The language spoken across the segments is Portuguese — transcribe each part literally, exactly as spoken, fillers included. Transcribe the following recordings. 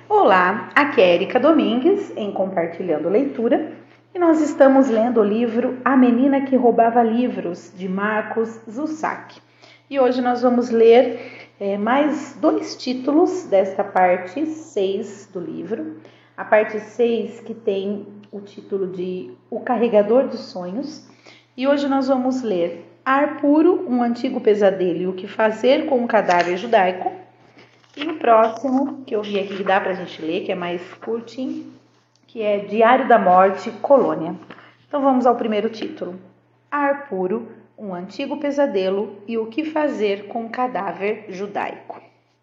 Olá, aqui é Erika Domingues em Compartilhando Leitura e nós estamos lendo o livro A Menina que Roubava Livros, de Marcos Zusak. E hoje nós vamos ler é, mais dois títulos desta parte seis do livro. A parte seis que tem o título de O Carregador de Sonhos. E hoje nós vamos ler Ar Puro, um Antigo Pesadelo e o que Fazer com um Cadáver Judaico. E o próximo, que eu vi aqui que dá pra gente ler, que é mais curtinho, que é Diário da Morte, Colônia. Então vamos ao primeiro título. Ar Puro, um Antigo Pesadelo e o que Fazer com um Cadáver Judaico.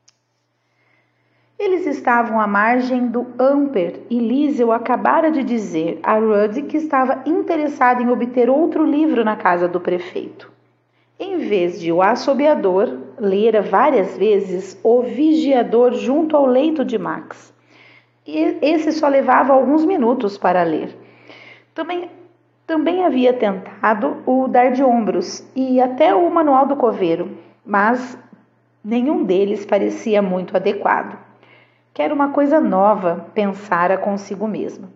Eles estavam à margem do Amper e Liesel acabara de dizer a Rudd que estava interessada em obter outro livro na casa do prefeito. Em vez de O Assobiador, lera várias vezes O Vigiador junto ao leito de Max. E esse só levava alguns minutos para ler. Também, também havia tentado o Dar de Ombros e até o Manual do Coveiro, mas nenhum deles parecia muito adequado. Quero uma coisa nova, pensara consigo mesma.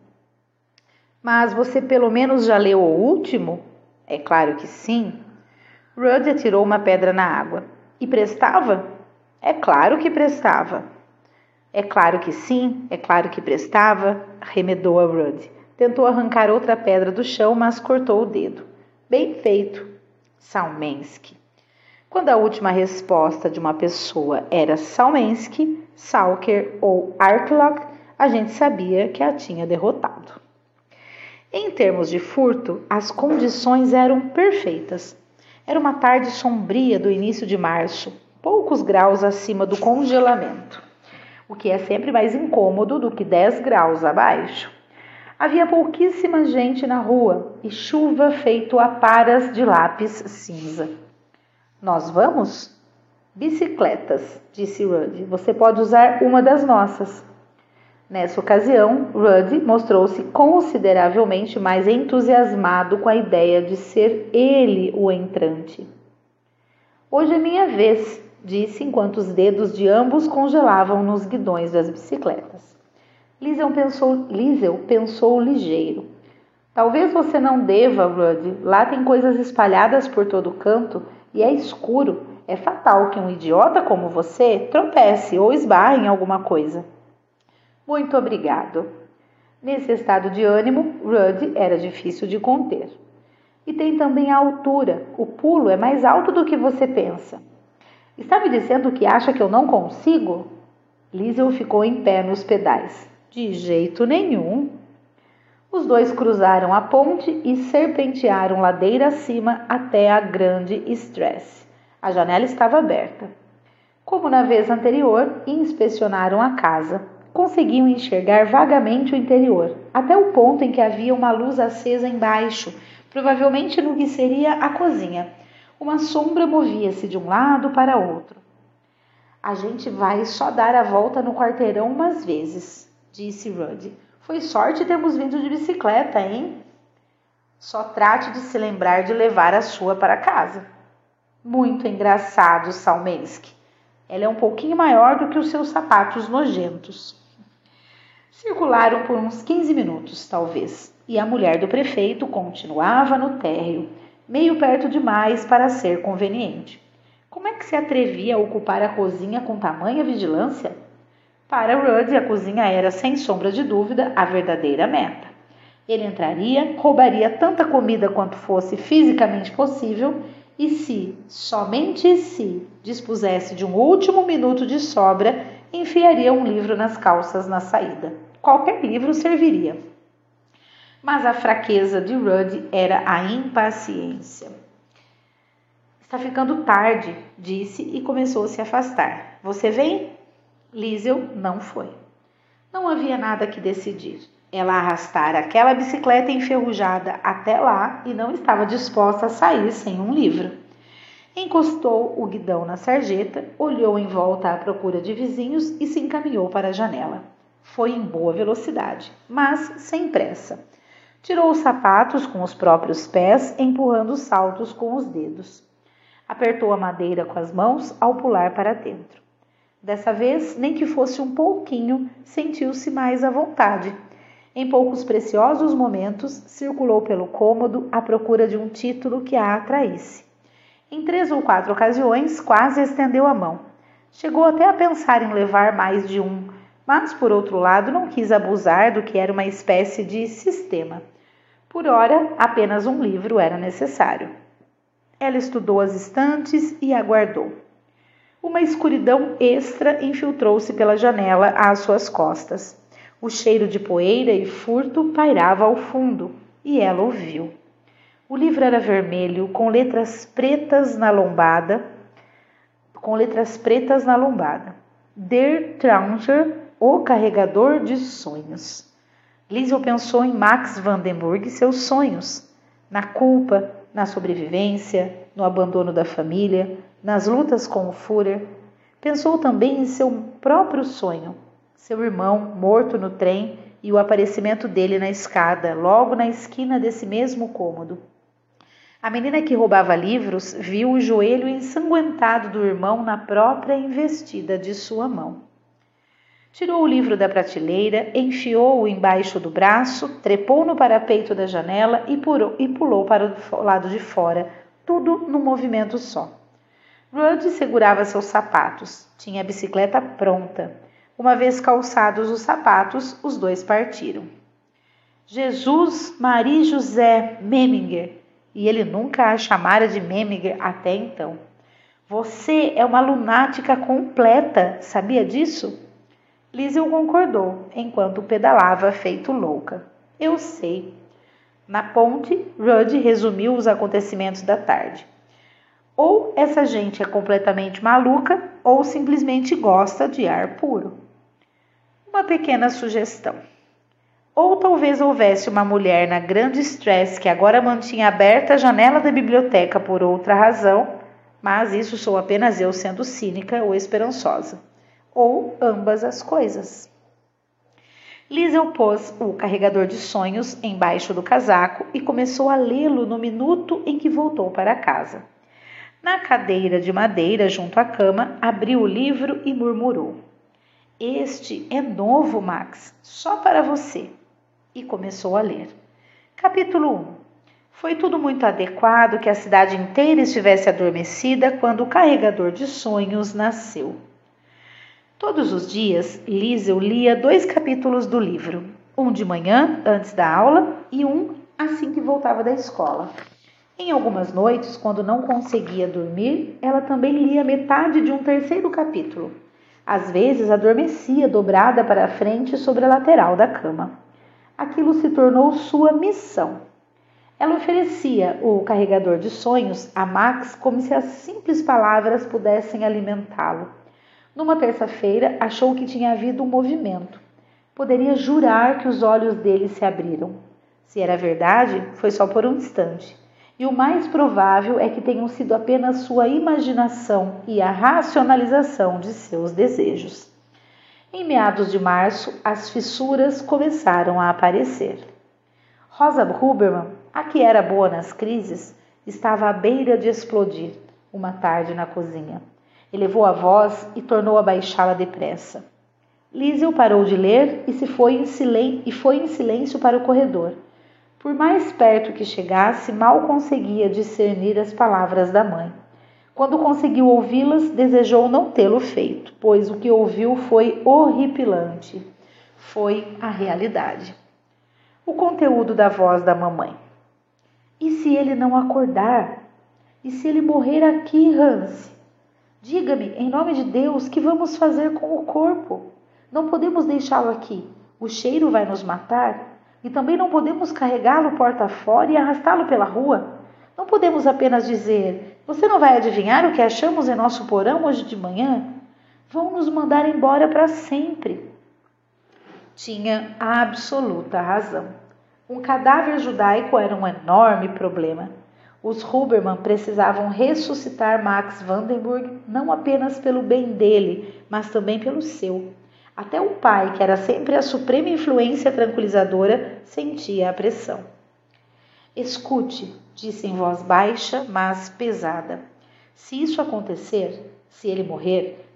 Mas você pelo menos já leu o último? É claro que sim. Rudd atirou uma pedra na água. E prestava? É claro que prestava. É claro que sim, é claro que prestava, remedou a Rudd. Tentou arrancar outra pedra do chão, mas cortou o dedo. Bem feito, Salmensky. Quando a última resposta de uma pessoa era Salmensky, Salker ou Arklock, a gente sabia que a tinha derrotado. Em termos de furto, as condições eram perfeitas. Era uma tarde sombria do início de março, poucos graus acima do congelamento, o que é sempre mais incômodo do que dez graus abaixo. Havia pouquíssima gente na rua e chuva feito a paras de lápis cinza. Nós vamos? Bicicletas, disse Rudd. Você pode usar uma das nossas. Nessa ocasião, Rudd mostrou-se consideravelmente mais entusiasmado com a ideia de ser ele o entrante. Hoje é minha vez, disse enquanto os dedos de ambos congelavam nos guidões das bicicletas. Liesel pensou, Liesel pensou ligeiro. Talvez você não deva, Rudd. Lá tem coisas espalhadas por todo canto e é escuro. É fatal que um idiota como você tropece ou esbarre em alguma coisa. Muito obrigado. Nesse estado de ânimo, Rudd era difícil de conter. E tem também a altura. O pulo é mais alto do que você pensa. Está me dizendo que acha que eu não consigo? Liesel ficou em pé nos pedais. De jeito nenhum. Os dois cruzaram a ponte e serpentearam ladeira acima até a grande Stress. A janela estava aberta. Como na vez anterior, inspecionaram a casa. Conseguiam enxergar vagamente o interior, até o ponto em que havia uma luz acesa embaixo, provavelmente no que seria a cozinha. Uma sombra movia-se de um lado para outro. A gente vai só dar a volta no quarteirão umas vezes, disse Rudd. Foi sorte termos vindo de bicicleta, hein? Só trate de se lembrar de levar a sua para casa. Muito engraçado, Salmensky. Ela é um pouquinho maior do que os seus sapatos nojentos. Circularam por uns quinze minutos, talvez, e a mulher do prefeito continuava no térreo, meio perto demais para ser conveniente. Como é que se atrevia a ocupar a cozinha com tamanha vigilância? Para Rudd, a cozinha era, sem sombra de dúvida, a verdadeira meta. Ele entraria, roubaria tanta comida quanto fosse fisicamente possível e se, somente se, dispusesse de um último minuto de sobra, enfiaria um livro nas calças na saída. Qualquer livro serviria. Mas a fraqueza de Rudd era a impaciência. Está ficando tarde, disse e começou a se afastar. Você vem? Liesel não foi. Não havia nada que decidir. Ela arrastara aquela bicicleta enferrujada até lá e não estava disposta a sair sem um livro. Encostou o guidão na sarjeta, olhou em volta à procura de vizinhos e se encaminhou para a janela. Foi em boa velocidade, mas sem pressa. Tirou os sapatos com os próprios pés, empurrando os saltos com os dedos. Apertou a madeira com as mãos ao pular para dentro. Dessa vez, nem que fosse um pouquinho, sentiu-se mais à vontade. Em poucos preciosos momentos, circulou pelo cômodo à procura de um título que a atraísse. Em três ou quatro ocasiões, quase estendeu a mão. Chegou até a pensar em levar mais de um, mas, por outro lado, não quis abusar do que era uma espécie de sistema. Por ora, apenas um livro era necessário. Ela estudou as estantes e aguardou. Uma escuridão extra infiltrou-se pela janela às suas costas. O cheiro de poeira e furto pairava ao fundo, e ela ouviu. O livro era vermelho, com letras pretas na lombada, com letras pretas na lombada. Der Tranger, o carregador de sonhos. Liesel pensou em Max Vandenburg e seus sonhos, na culpa, na sobrevivência, no abandono da família, nas lutas com o Führer. Pensou também em seu próprio sonho, seu irmão morto no trem e o aparecimento dele na escada, logo na esquina desse mesmo cômodo. A menina que roubava livros viu o joelho ensanguentado do irmão na própria investida de sua mão. Tirou o livro da prateleira, enfiou-o embaixo do braço, trepou no parapeito da janela e pulou, e pulou para o lado de fora, tudo num movimento só. Rudd segurava seus sapatos. Tinha a bicicleta pronta. Uma vez calçados os sapatos, os dois partiram. Jesus Marie José Memminger, e ele nunca a chamara de Memminger até então. Você é uma lunática completa, sabia disso? Liesel concordou, enquanto pedalava feito louca. Eu sei. Na ponte, Rudd resumiu os acontecimentos da tarde. Ou essa gente é completamente maluca, ou simplesmente gosta de ar puro. Uma pequena sugestão. Ou talvez houvesse uma mulher na grande Stress que agora mantinha aberta a janela da biblioteca por outra razão, mas isso sou apenas eu sendo cínica ou esperançosa. Ou ambas as coisas. Liesel pôs o carregador de sonhos embaixo do casaco e começou a lê-lo no minuto em que voltou para casa. Na cadeira de madeira junto à cama, abriu o livro e murmurou. Este é novo, Max, só para você. E começou a ler. Capítulo um. Foi tudo muito adequado que a cidade inteira estivesse adormecida quando o carregador de sonhos nasceu. Todos os dias, Liesel lia dois capítulos do livro, um de manhã, antes da aula, e um assim que voltava da escola. Em algumas noites, quando não conseguia dormir, ela também lia metade de um terceiro capítulo. Às vezes, adormecia dobrada para a frente sobre a lateral da cama. Aquilo se tornou sua missão. Ela oferecia o carregador de sonhos a Max como se as simples palavras pudessem alimentá-lo. Numa terça-feira, achou que tinha havido um movimento. Poderia jurar que os olhos dele se abriram. Se era verdade, foi só por um instante. E o mais provável é que tenham sido apenas sua imaginação e a racionalização de seus desejos. Em meados de março, as fissuras começaram a aparecer. Rosa Huberman, a que era boa nas crises, estava à beira de explodir, uma tarde na cozinha. Elevou a voz e tornou a baixá-la depressa. Liesel parou de ler e, se foi em silêncio, e foi em silêncio para o corredor. Por mais perto que chegasse, mal conseguia discernir as palavras da mãe. Quando conseguiu ouvi-las, desejou não tê-lo feito, pois o que ouviu foi horripilante. Foi a realidade. O conteúdo da voz da mamãe. E se ele não acordar? E se ele morrer aqui, Hans? Diga-me, em nome de Deus, que vamos fazer com o corpo? Não podemos deixá-lo aqui. O cheiro vai nos matar. E também não podemos carregá-lo porta fora e arrastá-lo pela rua. Não podemos apenas dizer, você não vai adivinhar o que achamos em nosso porão hoje de manhã? Vão nos mandar embora para sempre. Tinha a absoluta razão. Um cadáver judaico era um enorme problema. Os Huberman precisavam ressuscitar Max Vandenburg não apenas pelo bem dele, mas também pelo seu. Até o pai, que era sempre a suprema influência tranquilizadora, sentia a pressão. Escute, disse em voz baixa, mas pesada. Se isso acontecer, se ele morrer,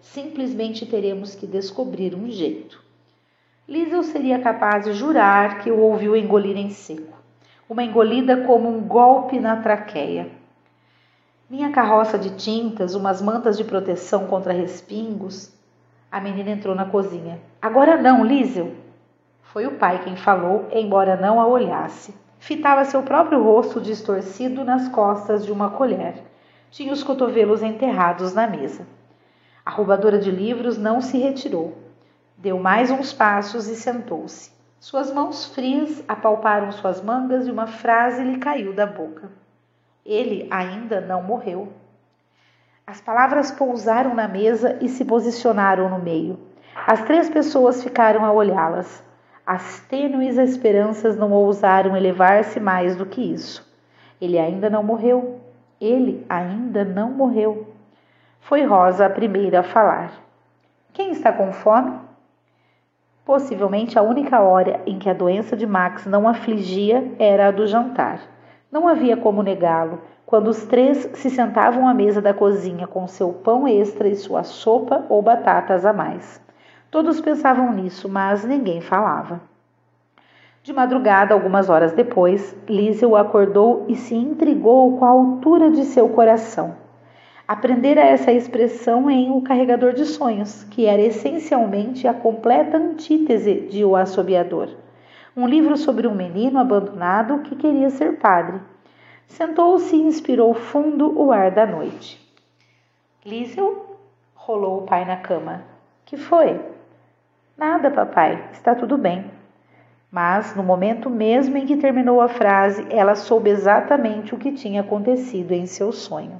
Simplesmente teremos que descobrir um jeito. Liesel seria capaz de jurar que o ouviu engolir em seco. Uma engolida como um golpe na traqueia. Minha carroça de tintas, umas mantas de proteção contra respingos. A menina entrou na cozinha. Agora não, Liesel. Foi o pai quem falou, embora não a olhasse. Fitava seu próprio rosto distorcido nas costas de uma colher. Tinha os cotovelos enterrados na mesa. A roubadora de livros não se retirou. Deu mais uns passos e sentou-se. Suas mãos frias apalparam suas mangas e uma frase lhe caiu da boca. Ele ainda não morreu. As palavras pousaram na mesa e se posicionaram no meio. As três pessoas ficaram a olhá-las. As tênues esperanças não ousaram elevar-se mais do que isso. Ele ainda não morreu. Ele ainda não morreu. Foi Rosa a primeira a falar. Quem está com fome? Possivelmente a única hora em que a doença de Max não afligia era a do jantar. Não havia como negá-lo, quando os três se sentavam à mesa da cozinha com seu pão extra e sua sopa ou batatas a mais. Todos pensavam nisso, mas ninguém falava. De madrugada, algumas horas depois, Liesel acordou e se intrigou com a altura de seu coração. Aprendera essa expressão em O Carregador de Sonhos, que era essencialmente a completa antítese de O Assobiador, um livro sobre um menino abandonado que queria ser padre. Sentou-se e inspirou fundo o ar da noite. Liesel, rolou o pai na cama. Que foi? Nada, papai, está tudo bem. Mas, no momento mesmo em que terminou a frase, ela soube exatamente o que tinha acontecido em seu sonho.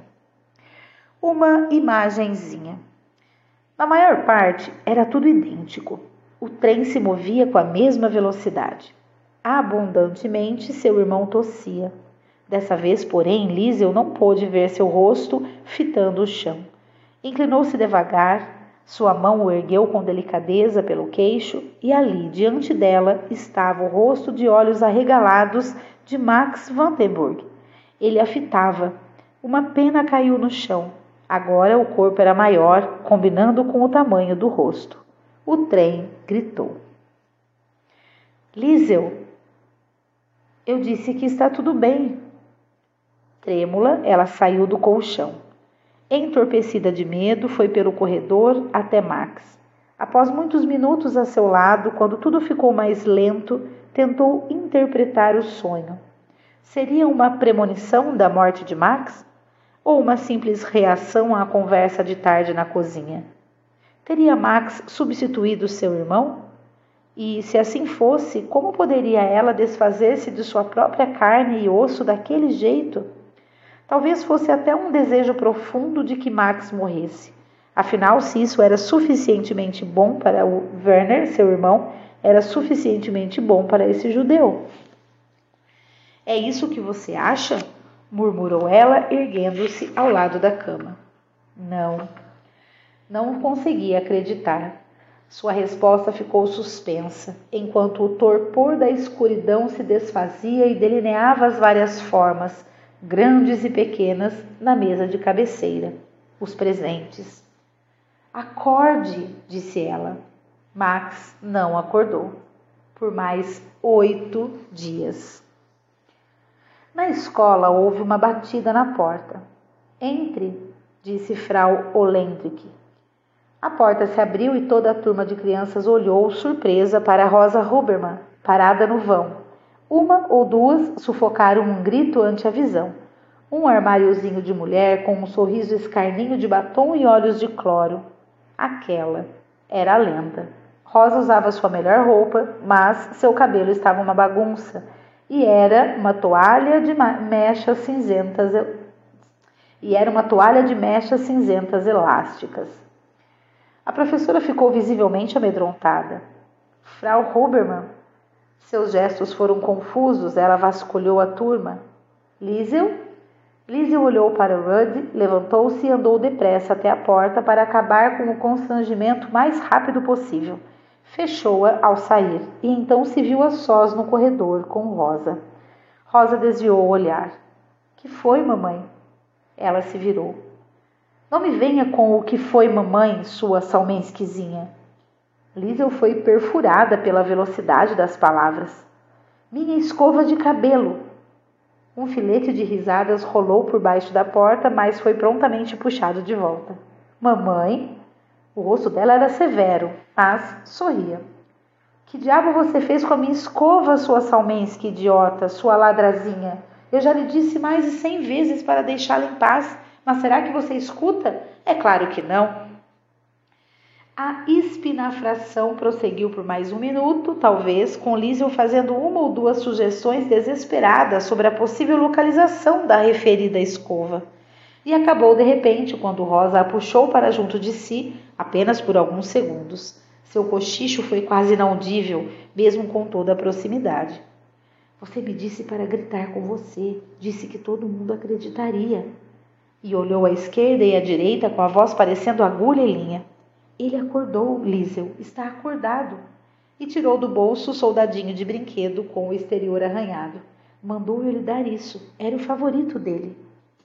Uma imagenzinha. Na maior parte, era tudo idêntico. O trem se movia com a mesma velocidade. Abundantemente, seu irmão tossia. Dessa vez, porém, Liesel não pôde ver seu rosto fitando o chão. Inclinou-se devagar, sua mão o ergueu com delicadeza pelo queixo e ali, diante dela, estava o rosto de olhos arregalados de Max Vandenberg. Ele a fitava. Uma pena caiu no chão. Agora o corpo era maior, combinando com o tamanho do rosto. O trem gritou. Liesel, eu disse que está tudo bem. Trêmula, ela saiu do colchão. Entorpecida de medo, foi pelo corredor até Max. Após muitos minutos a seu lado, quando tudo ficou mais lento, tentou interpretar o sonho. Seria uma premonição da morte de Max? Ou uma simples reação à conversa de tarde na cozinha? Teria Max substituído seu irmão? E, se assim fosse, como poderia ela desfazer-se de sua própria carne e osso daquele jeito? Talvez fosse até um desejo profundo de que Max morresse. Afinal, se isso era suficientemente bom para o Werner, seu irmão, era suficientemente bom para esse judeu. É isso que você acha? Murmurou ela, erguendo-se ao lado da cama. Não, não conseguia acreditar. Sua resposta ficou suspensa, enquanto o torpor da escuridão se desfazia e delineava as várias formas, grandes e pequenas, na mesa de cabeceira. Os presentes. Acorde, disse ela. Max não acordou. Por mais oito dias. Na escola houve uma batida na porta. Entre, disse Frau Olendrick. A porta se abriu e toda a turma de crianças olhou surpresa para Rosa Huberman, parada no vão. Uma ou duas sufocaram um grito ante a visão. Um armáriozinho de mulher com um sorriso escarninho de batom e olhos de cloro. Aquela era a lenda. Rosa usava sua melhor roupa, mas seu cabelo estava uma bagunça. E era uma toalha de mechas cinzentas e era uma toalha de mechas cinzentas elásticas. A professora ficou visivelmente amedrontada. Frau Huberman, seus gestos foram confusos. Ela vasculhou a turma. Liesel? Liesel olhou para Rudd, levantou-se e andou depressa até a porta para acabar com o constrangimento mais rápido possível. Fechou-a ao sair, e então se viu a sós no corredor com Rosa. Rosa desviou o olhar. — Que foi, mamãe? Ela se virou. — Não me venha com o que foi mamãe, sua salmensquizinha. Liesel foi perfurada pela velocidade das palavras. Minha escova de cabelo. Um filete de risadas rolou por baixo da porta, mas foi prontamente puxado de volta. Mamãe? O rosto dela era severo, mas sorria. Que diabo você fez com a minha escova, sua salmensque idiota, sua ladrazinha? Eu já lhe disse mais de cem vezes para deixá-la em paz, mas será que você escuta? É claro que não. A espinafração prosseguiu por mais um minuto, talvez, com Liesel fazendo uma ou duas sugestões desesperadas sobre a possível localização da referida escova. E acabou de repente, quando Rosa a puxou para junto de si, apenas por alguns segundos. Seu cochicho foi quase inaudível, mesmo com toda a proximidade. Você me disse para gritar com você, disse que todo mundo acreditaria. E olhou à esquerda e à direita com a voz parecendo agulha e linha. Ele acordou, Liesel, está acordado. E tirou do bolso o soldadinho de brinquedo com o exterior arranhado. Mandou eu lhe dar isso, era o favorito dele.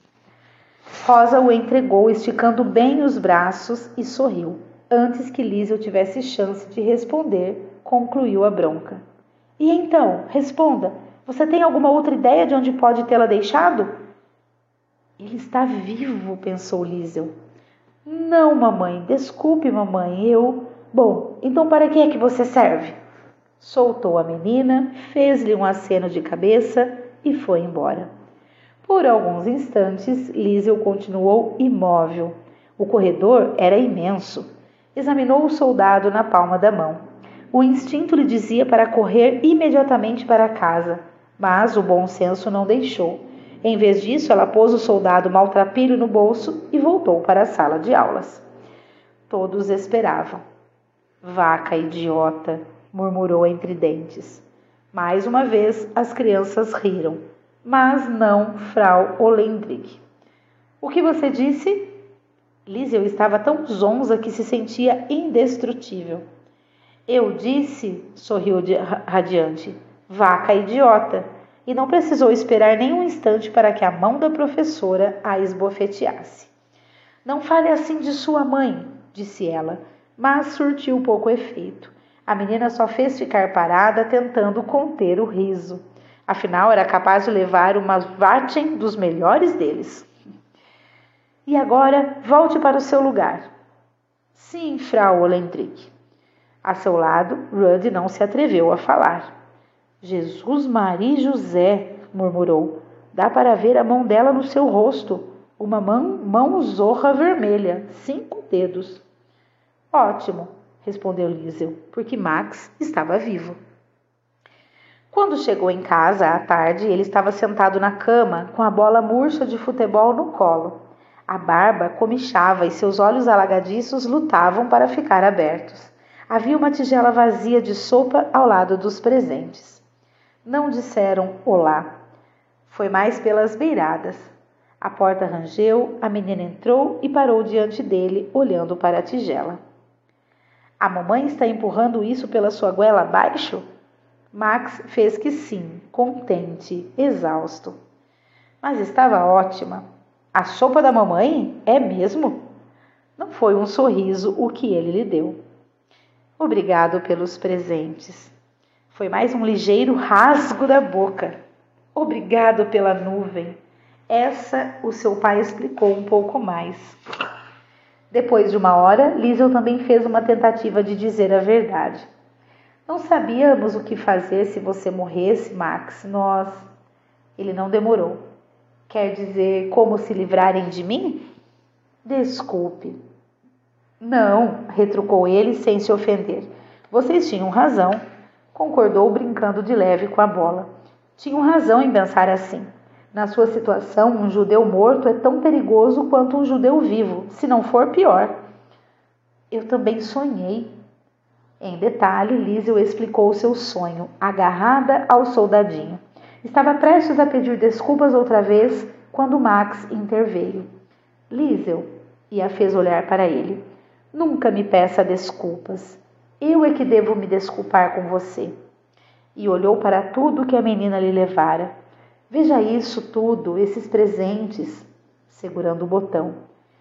Rosa o entregou, esticando bem os braços, e sorriu. Antes que Liesel tivesse chance de responder, concluiu a bronca. E então, responda, você tem alguma outra ideia de onde pode tê-la deixado? Ele está vivo, pensou Liesel. Não, mamãe, desculpe, mamãe, eu... Bom, então para que é que você serve? Soltou a menina, fez-lhe um aceno de cabeça e foi embora. Por alguns instantes, Liesel continuou imóvel. O corredor era imenso. Examinou o soldado na palma da mão. O instinto lhe dizia para correr imediatamente para casa, mas o bom senso não deixou. Em vez disso, ela pôs o soldado maltrapilho no bolso e voltou para a sala de aulas. Todos esperavam. Vaca idiota, murmurou entre dentes. Mais uma vez, as crianças riram, mas não Frau Ollendrich. O que você disse? Liesel estava tão zonza que se sentia indestrutível. Eu disse, sorriu radiante, vaca idiota. E não precisou esperar nem um instante para que a mão da professora a esbofeteasse. Não fale assim de sua mãe, disse ela, mas surtiu pouco efeito. A menina só fez ficar parada, tentando conter o riso. Afinal, era capaz de levar uma Warten dos melhores deles. E agora, volte para o seu lugar. Sim, Frau Ollendrich. A seu lado, Rudd não se atreveu a falar. Jesus, Maria e José, murmurou. Dá para ver a mão dela no seu rosto. Uma mão, mão zorra vermelha, cinco dedos. Ótimo, respondeu Liesel, porque Max estava vivo. Quando chegou em casa à tarde, ele estava sentado na cama com a bola murcha de futebol no colo. A barba comichava e seus olhos alagadiços lutavam para ficar abertos. Havia uma tigela vazia de sopa ao lado dos presentes. Não disseram olá. Foi mais pelas beiradas. A porta rangeu, a menina entrou e parou diante dele, olhando para a tigela. A mamãe está empurrando isso pela sua goela abaixo? Max fez que sim, contente, exausto. Mas estava ótima. A sopa da mamãe? É mesmo? Não foi um sorriso o que ele lhe deu. Obrigado pelos presentes. Foi mais um ligeiro rasgo da boca. Obrigado pela nuvem. Essa o seu pai explicou um pouco mais. Depois de uma hora, Liesel também fez uma tentativa de dizer a verdade. Não sabíamos o que fazer se você morresse, Max. Nós... Ele não demorou. Quer dizer, como se livrarem de mim? Desculpe. Não, retrucou ele sem se ofender. Vocês tinham razão. Concordou brincando de leve com a bola. Tinham razão em pensar assim. Na sua situação, um judeu morto é tão perigoso quanto um judeu vivo, se não for pior. Eu também sonhei. Em detalhe, Liesel explicou seu sonho, agarrada ao soldadinho. Estava prestes a pedir desculpas outra vez, quando Max interveio. Liesel, e a fez olhar para ele. Nunca me peça desculpas. Eu é que devo me desculpar com você. E olhou para tudo que a menina lhe levara. Veja isso tudo, esses presentes, segurando o botão.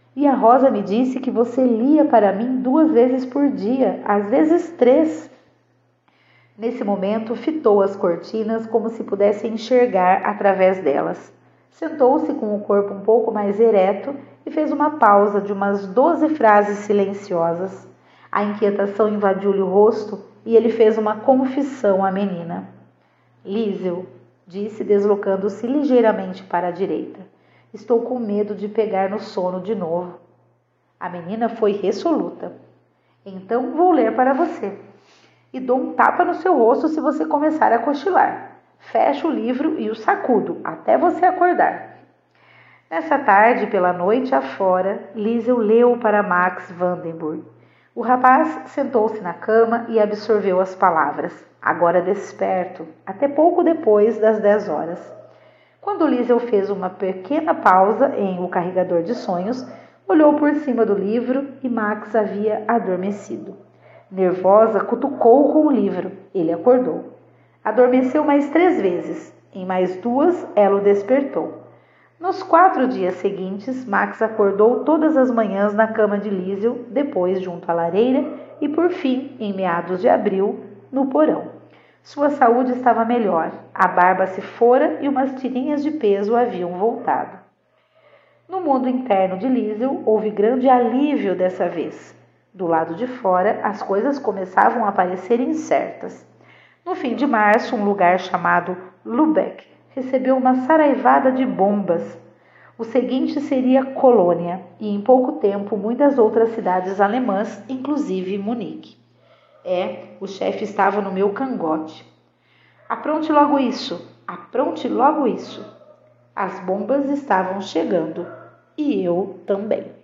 E a Rosa me disse que você lia para mim duas vezes por dia, às vezes três. Nesse momento, fitou as cortinas como se pudesse enxergar através delas. Sentou-se com o corpo um pouco mais ereto e fez uma pausa de umas doze frases silenciosas. A inquietação invadiu-lhe o rosto e ele fez uma confissão à menina. Liesel, disse, deslocando-se ligeiramente para a direita. Estou com medo de pegar no sono de novo. A menina foi resoluta. Então vou ler para você. E dou um tapa no seu rosto se você começar a cochilar. Fecho o livro e o sacudo, até você acordar. Nessa tarde, pela noite afora, Liesel leu para Max Vandenburg. O rapaz sentou-se na cama e absorveu as palavras, agora desperto, até pouco depois das dez horas. Quando Liesel fez uma pequena pausa em O Carregador de Sonhos, olhou por cima do livro e Max havia adormecido. Nervosa, cutucou com o livro. Ele acordou. Adormeceu mais três vezes. Em mais duas, ela o despertou. Nos quatro dias seguintes, Max acordou todas as manhãs na cama de Liesel, depois junto à lareira e, por fim, em meados de abril, no porão. Sua saúde estava melhor. A barba se fora e umas tirinhas de peso haviam voltado. No mundo interno de Liesel, houve grande alívio dessa vez. Do lado de fora, as coisas começavam a parecer incertas. No fim de março, um lugar chamado Lübeck recebeu uma saraivada de bombas. O seguinte seria Colônia, e em pouco tempo muitas outras cidades alemãs, inclusive Munique. É, o chefe estava no meu cangote. Apronte logo isso, apronte logo isso. As bombas estavam chegando, e eu também.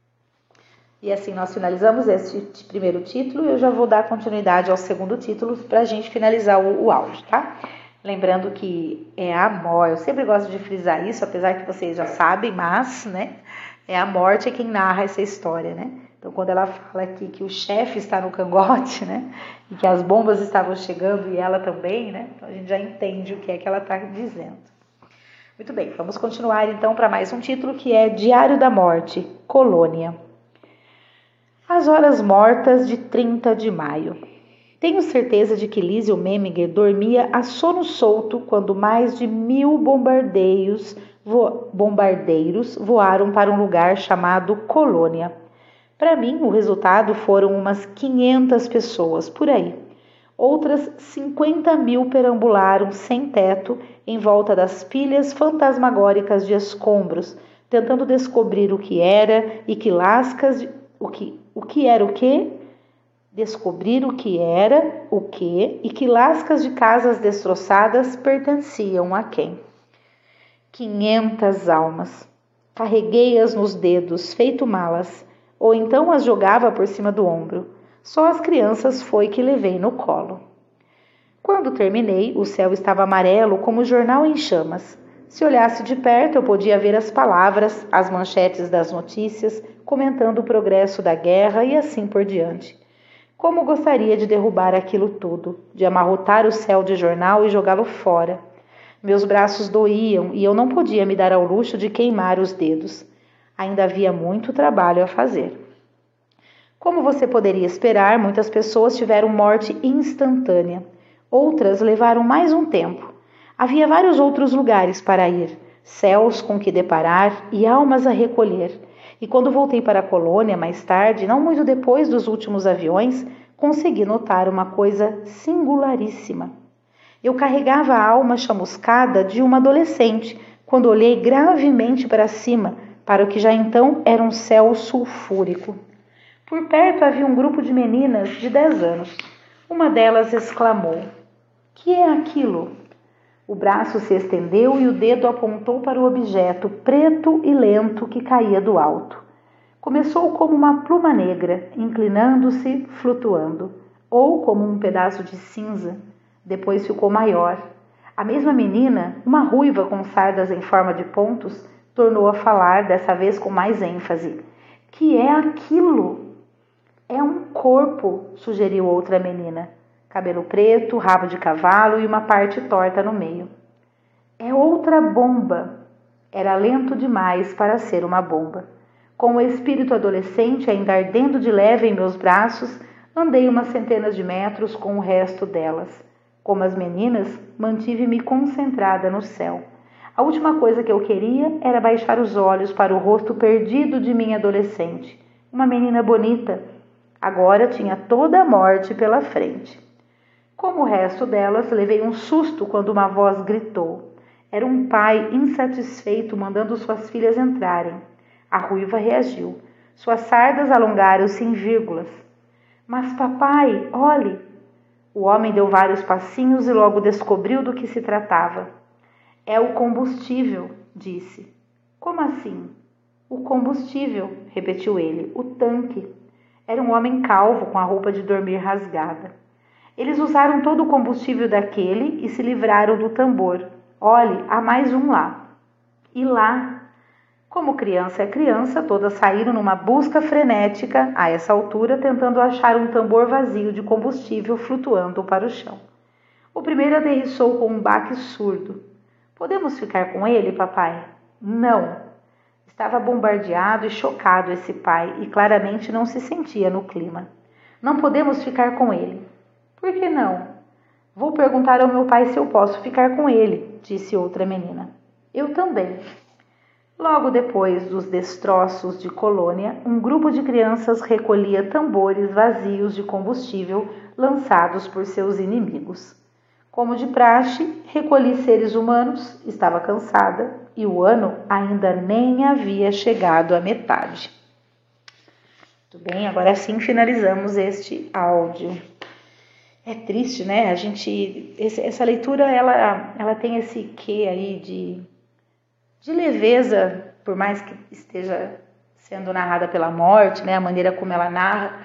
E assim nós finalizamos este primeiro título. Eu já vou dar continuidade ao segundo título para a gente finalizar o, o áudio, tá? Lembrando que é a morte, eu sempre gosto de frisar isso, apesar que vocês já sabem, mas, né, é a morte quem narra essa história, né? Então, quando ela fala aqui que o chefe está no cangote, né, e que as bombas estavam chegando e ela também, né, então a gente já entende o que é que ela está dizendo. Muito bem, vamos continuar então para mais um título que é Diário da Morte, Colônia. As horas mortas de trinta de maio. Tenho certeza de que Liesel Memminger dormia a sono solto quando mais de mil bombardeiros, vo, bombardeiros voaram para um lugar chamado Colônia. Para mim, o resultado foram umas quinhentas pessoas, por aí. Outras cinquenta mil perambularam sem teto em volta das pilhas fantasmagóricas de escombros, tentando descobrir o que era e que lascas de, o que O que era o quê? Descobrir o que era o quê e que lascas de casas destroçadas pertenciam a quem. Quinhentas almas. Carreguei-as nos dedos, feito malas, ou então as jogava por cima do ombro. Só as crianças foi que levei no colo. Quando terminei, o céu estava amarelo como o jornal em chamas. Se olhasse de perto, eu podia ver as palavras, as manchetes das notícias, comentando o progresso da guerra e assim por diante. Como gostaria de derrubar aquilo tudo, de amarrotar o céu de jornal e jogá-lo fora. Meus braços doíam e eu não podia me dar ao luxo de queimar os dedos. Ainda havia muito trabalho a fazer. Como você poderia esperar, muitas pessoas tiveram morte instantânea. Outras levaram mais um tempo. Havia vários outros lugares para ir, céus com que deparar e almas a recolher. E quando voltei para a colônia mais tarde, não muito depois dos últimos aviões, consegui notar uma coisa singularíssima. Eu carregava a alma chamuscada de uma adolescente, quando olhei gravemente para cima, para o que já então era um céu sulfúrico. Por perto havia um grupo de meninas de dez anos. Uma delas exclamou: "Que é aquilo?" O braço se estendeu e o dedo apontou para o objeto preto e lento que caía do alto. Começou como uma pluma negra, inclinando-se, flutuando, ou como um pedaço de cinza. Depois ficou maior. A mesma menina, uma ruiva com sardas em forma de pontos, tornou a falar, dessa vez com mais ênfase. "Que é aquilo?" "É um corpo", sugeriu outra menina. Cabelo preto, rabo de cavalo e uma parte torta no meio. "É outra bomba." Era lento demais para ser uma bomba. Com o espírito adolescente ainda ardendo de leve em meus braços, andei umas centenas de metros com o resto delas. Como as meninas, mantive-me concentrada no céu. A última coisa que eu queria era baixar os olhos para o rosto perdido de minha adolescente. Uma menina bonita. Agora tinha toda a morte pela frente. Como o resto delas, levei um susto quando uma voz gritou. Era um pai insatisfeito mandando suas filhas entrarem. A ruiva reagiu. Suas sardas alongaram-se em vírgulas. Mas papai, olhe! O homem deu vários passinhos e logo descobriu do que se tratava. É o combustível, disse. Como assim? O combustível, repetiu ele, o tanque. Era um homem calvo com a roupa de dormir rasgada. Eles usaram todo o combustível daquele e se livraram do tambor. Olhe, há mais um lá. E lá? Como criança é criança, todas saíram numa busca frenética, a essa altura, tentando achar um tambor vazio de combustível flutuando para o chão. O primeiro aterrissou com um baque surdo. Podemos ficar com ele, papai? Não. Estava bombardeado e chocado esse pai e claramente não se sentia no clima. Não podemos ficar com ele. Por que não? Vou perguntar ao meu pai se eu posso ficar com ele, disse outra menina. Eu também. Logo depois dos destroços de Colônia, um grupo de crianças recolhia tambores vazios de combustível lançados por seus inimigos. Como de praxe, recolhi seres humanos, estava cansada e o ano ainda nem havia chegado à metade. Muito bem, agora sim finalizamos este áudio. É triste, né? A gente, essa leitura ela, ela tem esse quê aí de de leveza, por mais que esteja sendo narrada pela morte, né, a maneira como ela narra,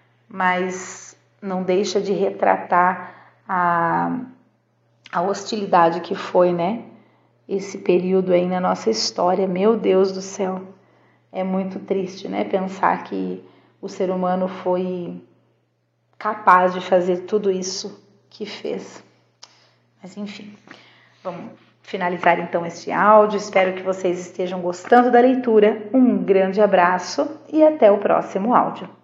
mas não deixa de retratar a, a hostilidade que foi, né, esse período aí na nossa história. Meu Deus do céu, é muito triste, né, pensar que o ser humano foi capaz de fazer tudo isso que fez. Mas enfim, vamos finalizar então este áudio. Espero que vocês estejam gostando da leitura. Um grande abraço e até o próximo áudio.